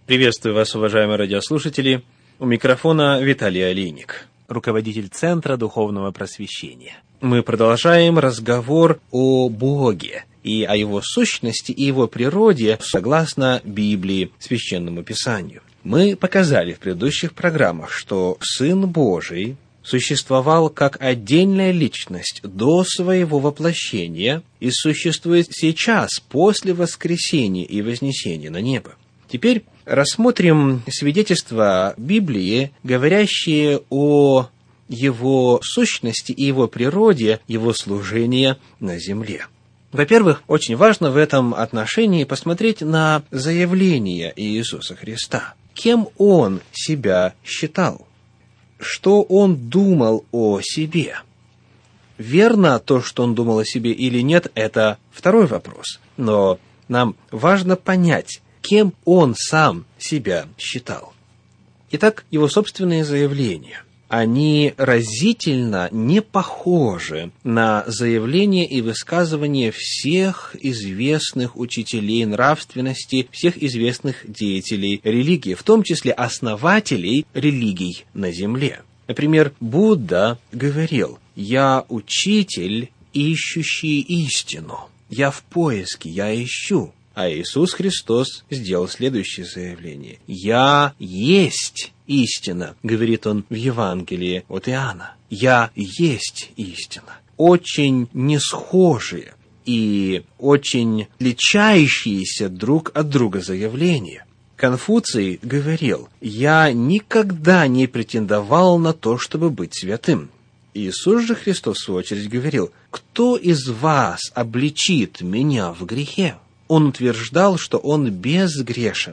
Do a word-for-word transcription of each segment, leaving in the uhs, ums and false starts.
Приветствую вас, уважаемые радиослушатели. У микрофона Виталий Олейник, руководитель Центра Духовного Просвещения. Мы продолжаем разговор о Боге и о Его сущности и Его природе согласно Библии, Священному Писанию. Мы показали в предыдущих программах, что Сын Божий существовал как отдельная личность до своего воплощения и существует сейчас, после воскресения и вознесения на небо. Теперь рассмотрим свидетельства Библии, говорящие о Его сущности и Его природе, Его служения на земле. Во-первых, очень важно в этом отношении посмотреть на заявление Иисуса Христа. Кем Он себя считал? Что Он думал о себе? Верно то, что Он думал о себе или нет, это второй вопрос. Но нам важно понять, кем Он сам себя считал. Итак, Его собственные заявления. Они разительно не похожи на заявления и высказывания всех известных учителей нравственности, всех известных деятелей религии, в том числе основателей религий на земле. Например, Будда говорил: «Я учитель, ищущий истину. Я в поиске, я ищу». А Иисус Христос сделал следующее заявление: «Я есть истина», говорит Он в Евангелии от Иоанна. «Я есть истина». Очень несхожие и очень отличающиеся друг от друга заявления. Конфуций говорил: «Я никогда не претендовал на то, чтобы быть святым». Иисус же Христос, в свою очередь, говорил: «Кто из вас обличит меня в грехе?» Он утверждал, что он безгрешен.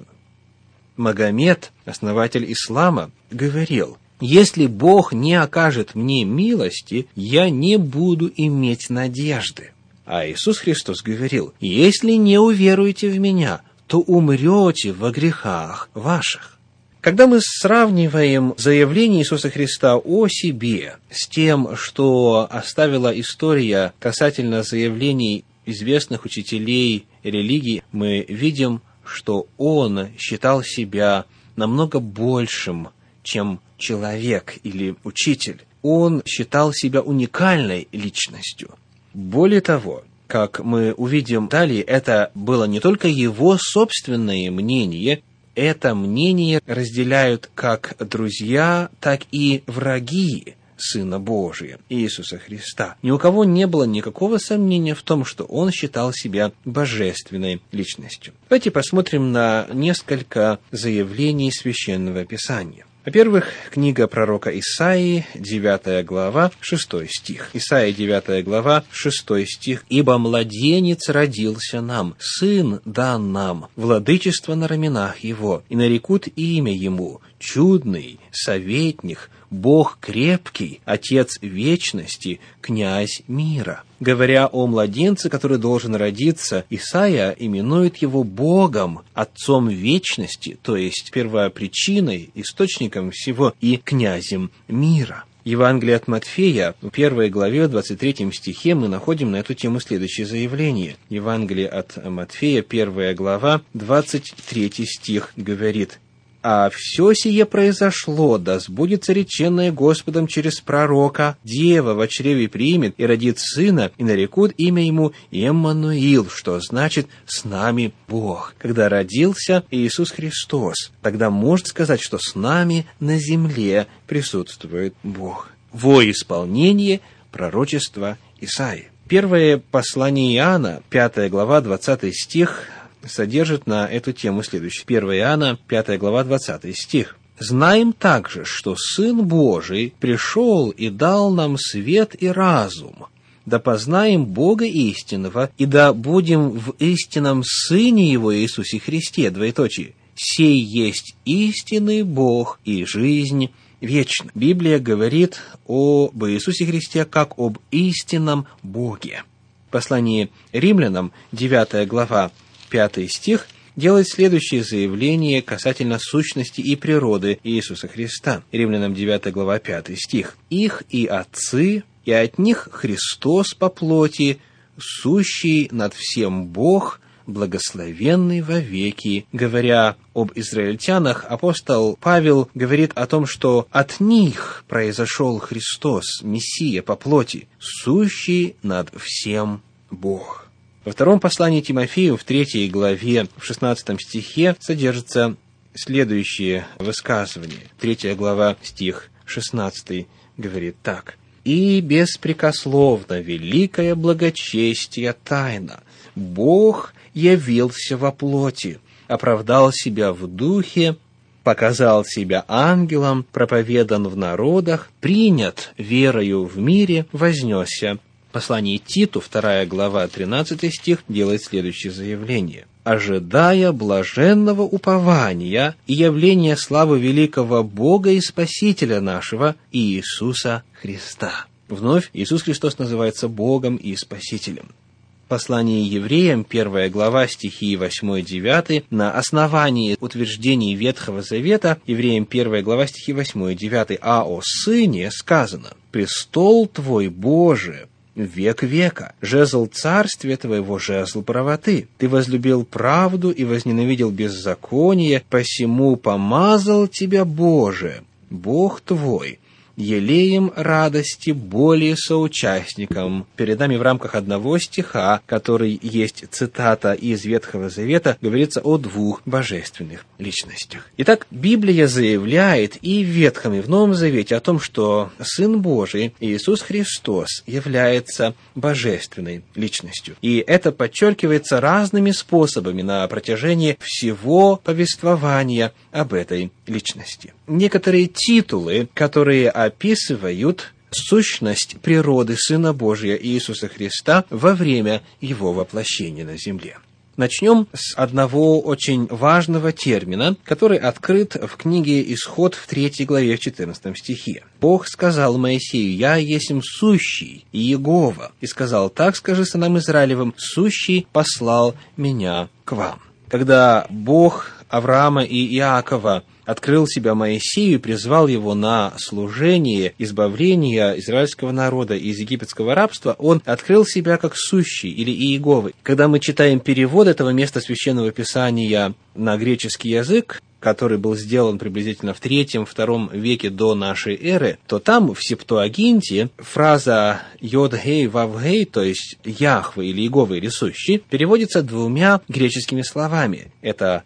Магомед, основатель ислама, говорил: «Если Бог не окажет мне милости, я не буду иметь надежды». А Иисус Христос говорил: «Если не уверуете в Меня, то умрете во грехах ваших». Когда мы сравниваем заявление Иисуса Христа о себе с тем, что оставила история касательно заявлений известных учителей религии, мы видим, что он считал себя намного большим, чем человек или учитель. Он считал себя уникальной личностью. Более того, как мы увидим далее, это было не только его собственное мнение, это мнение разделяют как друзья, так и враги Сына Божия, Иисуса Христа. Ни у кого не было никакого сомнения в том, что он считал себя божественной личностью. Давайте посмотрим на несколько заявлений Священного Писания. Во-первых, книга пророка Исаии, девятая глава, шестой стих. Исаия, девятая глава, шестой стих. «Ибо младенец родился нам, сын дан нам, владычество на раменах его, и нарекут имя ему, чудный, советник, Бог крепкий, Отец вечности, князь мира». Говоря о младенце, который должен родиться, Исаия именует его Богом, Отцом вечности, то есть первопричиной, источником всего, и князем мира. Евангелие от Матфея, в первой главе, в двадцать третьем стихе, мы находим на эту тему следующее заявление. Евангелие от Матфея, первая глава, двадцать третий стих говорит: «А все сие произошло, да сбудется реченное Господом через пророка: дева во чреве примет и родит сына, и нарекут имя ему Эммануил», что значит «с нами Бог». Когда родился Иисус Христос, тогда можно сказать, что с нами на земле присутствует Бог. Во исполнение пророчества Исаии. Первое послание Иоанна, пятая глава, двадцатый стих, содержит на эту тему следующее. первое Иоанна, пятая глава, двадцатый стих. «Знаем также, что Сын Божий пришел и дал нам свет и разум, да познаем Бога истинного, и да будем в истинном Сыне Его Иисусе Христе». Двоеточие. «Сей есть истинный Бог и жизнь вечна». Библия говорит об Иисусе Христе как об истинном Боге. В послании Римлянам, девятая глава, пятый стих, делает следующее заявление касательно сущности и природы Иисуса Христа. Римлянам девятая глава, пятый стих. «Их и отцы, и от них Христос по плоти, сущий над всем Бог, благословенный вовеки». Говоря об израильтянах, апостол Павел говорит о том, что от них произошел Христос, Мессия по плоти, сущий над всем Бог. Во втором послании Тимофею, в третьей главе, в шестнадцатом стихе, содержится следующее высказывание. Третья глава, стих шестнадцатый, говорит так: «И беспрекословно великое благочестие тайна. Бог явился во плоти, оправдал себя в духе, показал себя ангелом, проповедан в народах, принят верою в мире, вознесся». В послании Титу, вторая глава, тринадцатый стих, делает следующее заявление: «Ожидая блаженного упования и явления славы великого Бога и Спасителя нашего Иисуса Христа». Вновь Иисус Христос называется Богом и Спасителем. В послании Евреям, первая глава, стихи восьмой-девятый, на основании утверждений Ветхого Завета, Евреям первая глава, стихи восьмой-девятый, «А о Сыне сказано: престол Твой, Боже, век века, жезл царствия Твоего, жезл правоты. Ты возлюбил правду и возненавидел беззаконие, посему помазал Тебя, Боже, Бог Твой, елеем радости, более соучастником». Перед нами в рамках одного стиха, который есть цитата из Ветхого Завета, говорится о двух божественных личностях. Итак, Библия заявляет и в Ветхом, и в Новом Завете о том, что Сын Божий, Иисус Христос, является божественной личностью. И это подчеркивается разными способами на протяжении всего повествования об этой личности. Некоторые титулы, которые описывают сущность природы Сына Божия Иисуса Христа во время Его воплощения на земле. Начнем с одного очень важного термина, который открыт в книге «Исход» в третьей главе, в четырнадцатом стихе. «Бог сказал Моисею: Я есмь сущий, Иегова, и сказал: так скажи сынам Израилевым: сущий послал меня к вам». Когда Бог Авраама и Иакова открыл себя Моисею и призвал его на служение избавления израильского народа из египетского рабства, он открыл себя как сущий или Иеговы. Когда мы читаем перевод этого места Священного Писания на греческий язык, который был сделан приблизительно в третьем-втором веке до нашей эры, то там в Септуагинте фраза «йод-гей вав-гей», то есть «Яхве» или «Иеговы» или «Сущий», переводится двумя греческими словами. Это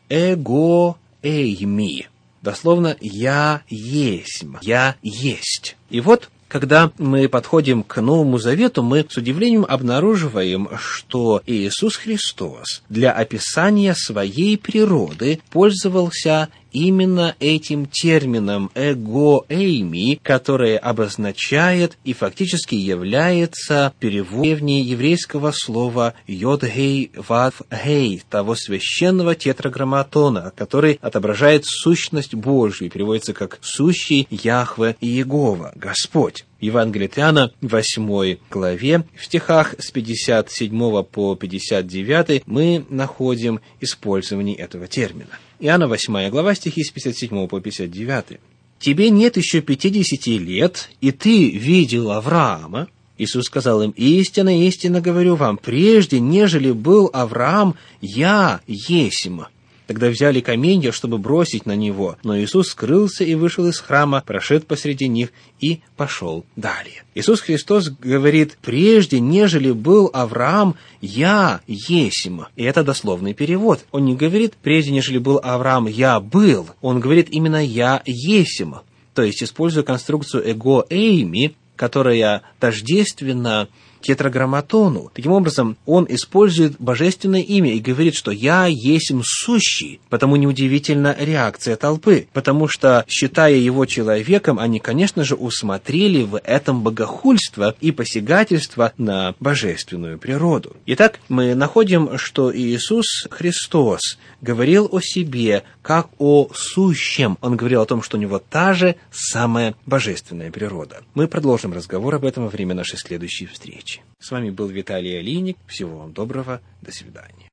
«эго-эйми». Дословно «я есмь», «я есть». И вот, когда мы подходим к Новому Завету, мы с удивлением обнаруживаем, что Иисус Христос для описания своей природы пользовался именно этим термином «эго-эйми», которое обозначает и фактически является переводом еврейского слова «йод-гей-вав-гей», того священного тетраграмматона, который отображает сущность Божию, переводится как «сущий Яхве и Иегова», Господь. В Евангелии от Иоанна, в восьмой главе, в стихах с пятьдесят седьмого по пятьдесят девятый, мы находим использование этого термина. Иоанна, восьмая глава, стихи с пятьдесят седьмого по пятьдесят девятый. «Тебе нет еще пятидесяти лет, и ты видел Авраама?» Иисус сказал им: «Истинно, истинно говорю вам, прежде, нежели был Авраам, я есмь». Тогда взяли каменья, чтобы бросить на него, но Иисус скрылся и вышел из храма, прошед посреди них и пошел далее. Иисус Христос говорит: «Прежде, нежели был Авраам, я есмь». И это дословный перевод. Он не говорит: «Прежде, нежели был Авраам, я был». Он говорит именно «я есмь». То есть, используя конструкцию «эго-эйми», которая тождественна тетраграмматону. Таким образом, он использует божественное имя и говорит, что «я есмь сущий». Потому неудивительна реакция толпы, потому что, считая его человеком, они, конечно же, усмотрели в этом богохульство и посягательство на божественную природу. Итак, мы находим, что Иисус Христос говорил о себе как о сущем. Он говорил о том, что у него та же самая божественная природа. Мы продолжим разговор об этом во время нашей следующей встречи. С вами был Виталий Алиник. Всего вам доброго. До свидания.